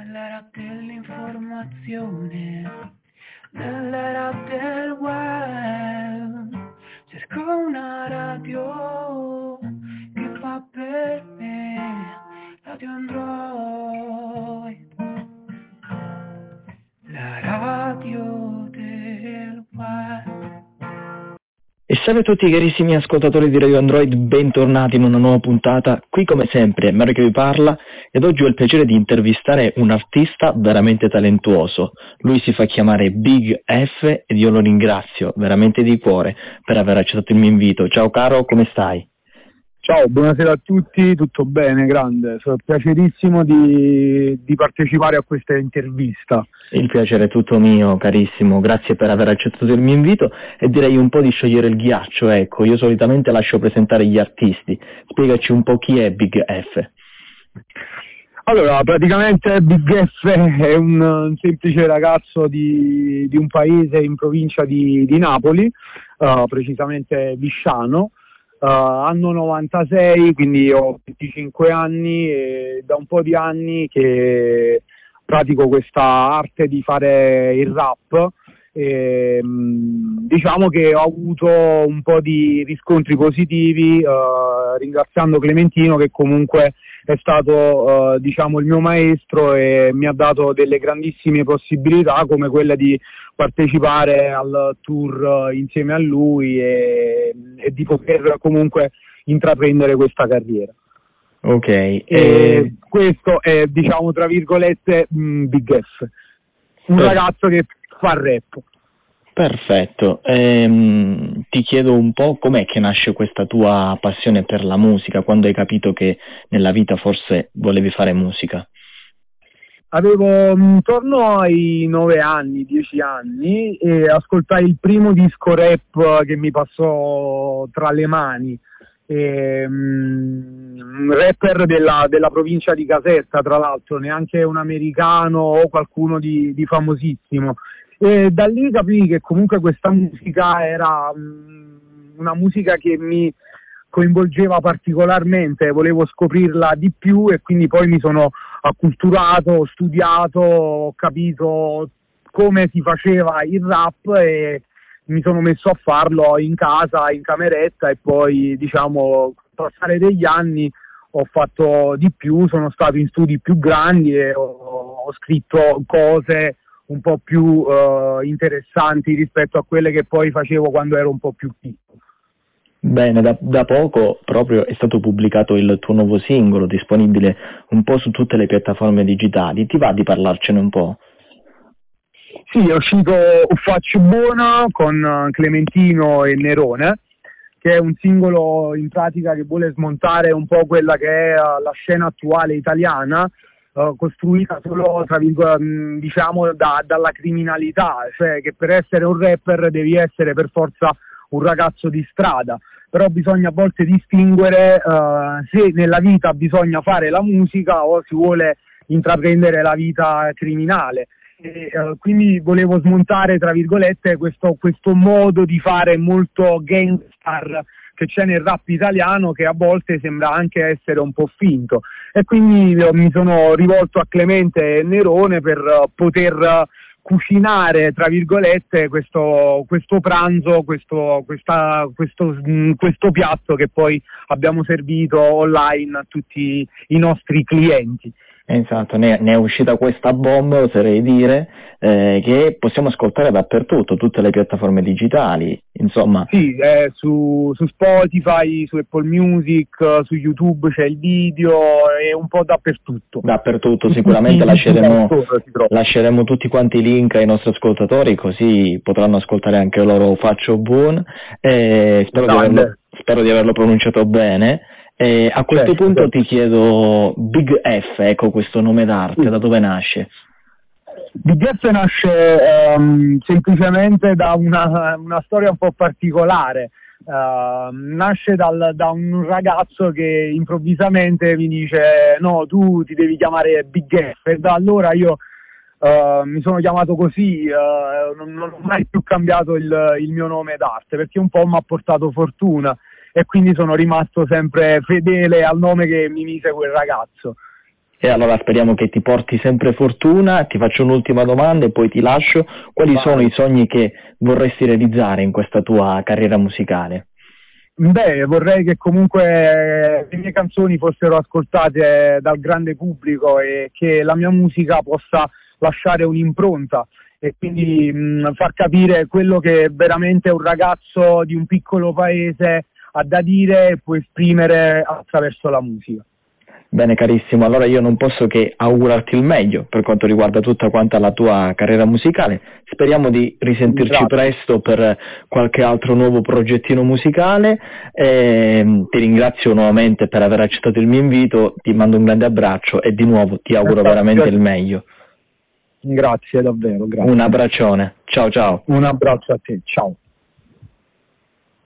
nell'era dell'informazione, nell'era del web, cerco una radio che fa per me, Radio Android, la radio del web. E salve a tutti carissimi ascoltatori di Radio Android, bentornati in una nuova puntata. Qui come sempre è Mario che vi parla ed oggi ho il piacere di intervistare un artista veramente talentuoso. Lui si fa chiamare Big F ed io lo ringrazio veramente di cuore per aver accettato il mio invito. Ciao caro, come stai? Ciao, buonasera a tutti, tutto bene, grande, sono piacerissimo di partecipare a questa intervista. Il piacere è tutto mio, carissimo, grazie per aver accettato il mio invito e direi un po' di sciogliere il ghiaccio, ecco, io solitamente lascio presentare gli artisti, spiegaci un po' chi è Big F. Allora, praticamente Big F è un semplice ragazzo di un paese in provincia di Napoli, precisamente Visciano. Anno 96, quindi ho 25 anni e da un po' di anni che pratico questa arte di fare il rap. Diciamo che ho avuto un po' di riscontri positivi, ringraziando Clementino che comunque è stato diciamo il mio maestro e mi ha dato delle grandissime possibilità come quella di partecipare al tour insieme a lui e di poter comunque intraprendere questa carriera. Ok. Questo è, diciamo, tra virgolette, Big F, un ragazzo che fa rap. Perfetto, ti chiedo un po' com'è che nasce questa tua passione per la musica, quando hai capito che nella vita forse volevi fare musica? Avevo intorno ai 9 anni, 10 anni e ascoltai il primo disco rap che mi passò tra le mani. Un rapper della provincia di Caserta, tra l'altro, neanche un americano o qualcuno di famosissimo. E da lì capii che comunque questa musica era una musica che mi coinvolgeva particolarmente, volevo scoprirla di più e quindi poi mi sono acculturato, ho studiato, ho capito come si faceva il rap e mi sono messo a farlo in casa, in cameretta e poi diciamo con il passare degli anni ho fatto di più, sono stato in studi più grandi e ho scritto cose un po' più interessanti rispetto a quelle che poi facevo quando ero un po' più piccolo. Bene, da poco proprio è stato pubblicato il tuo nuovo singolo, disponibile un po' su tutte le piattaforme digitali. Ti va di parlarcene un po'? Sì, è uscito Faccio Buona con Clementino e Nerone, che è un singolo in pratica che vuole smontare un po' quella che è la scena attuale italiana, costruita solo tra diciamo dalla criminalità, cioè che per essere un rapper devi essere per forza un ragazzo di strada, però bisogna a volte distinguere se nella vita bisogna fare la musica o si vuole intraprendere la vita criminale. Quindi volevo smontare tra virgolette questo modo di fare molto gangstar che c'è nel rap italiano, che a volte sembra anche essere un po' finto, e quindi mi sono rivolto a Clemente e Nerone per poter cucinare tra virgolette questo pranzo, questo piatto che poi abbiamo servito online a tutti i nostri clienti. Esatto, ne è uscita questa bomba, oserei dire, che possiamo ascoltare dappertutto, tutte le piattaforme digitali, insomma. Sì, su Spotify, su Apple Music, su YouTube c'è il video, è un po' dappertutto. Dappertutto, sicuramente lasceremo tutti quanti i link ai nostri ascoltatori, così potranno ascoltare anche loro Faccio Buon, spero di averlo pronunciato bene. A questo punto ti chiedo Big F, ecco questo nome d'arte, da dove nasce? Big F nasce semplicemente da una storia un po' particolare, nasce da un ragazzo che improvvisamente mi dice no, tu ti devi chiamare Big F, e da allora io mi sono chiamato così, non ho mai più cambiato il mio nome d'arte perché un po' mi ha portato fortuna e quindi sono rimasto sempre fedele al nome che mi mise quel ragazzo. E allora speriamo che ti porti sempre fortuna. Ti faccio un'ultima domanda e poi ti lascio. Quali sono i sogni che vorresti realizzare in questa tua carriera musicale? Beh, vorrei che comunque le mie canzoni fossero ascoltate dal grande pubblico e che la mia musica possa lasciare un'impronta e quindi far capire quello che veramente un ragazzo di un piccolo paese ha da dire e può esprimere attraverso la musica. Bene carissimo, allora io non posso che augurarti il meglio per quanto riguarda tutta quanta la tua carriera musicale. Speriamo di risentirci presto per qualche altro nuovo progettino musicale. Ti ringrazio nuovamente per aver accettato il mio invito, ti mando un grande abbraccio e di nuovo ti auguro veramente il meglio. Grazie davvero, grazie. Un abbraccione, ciao ciao. Un abbraccio a te, ciao.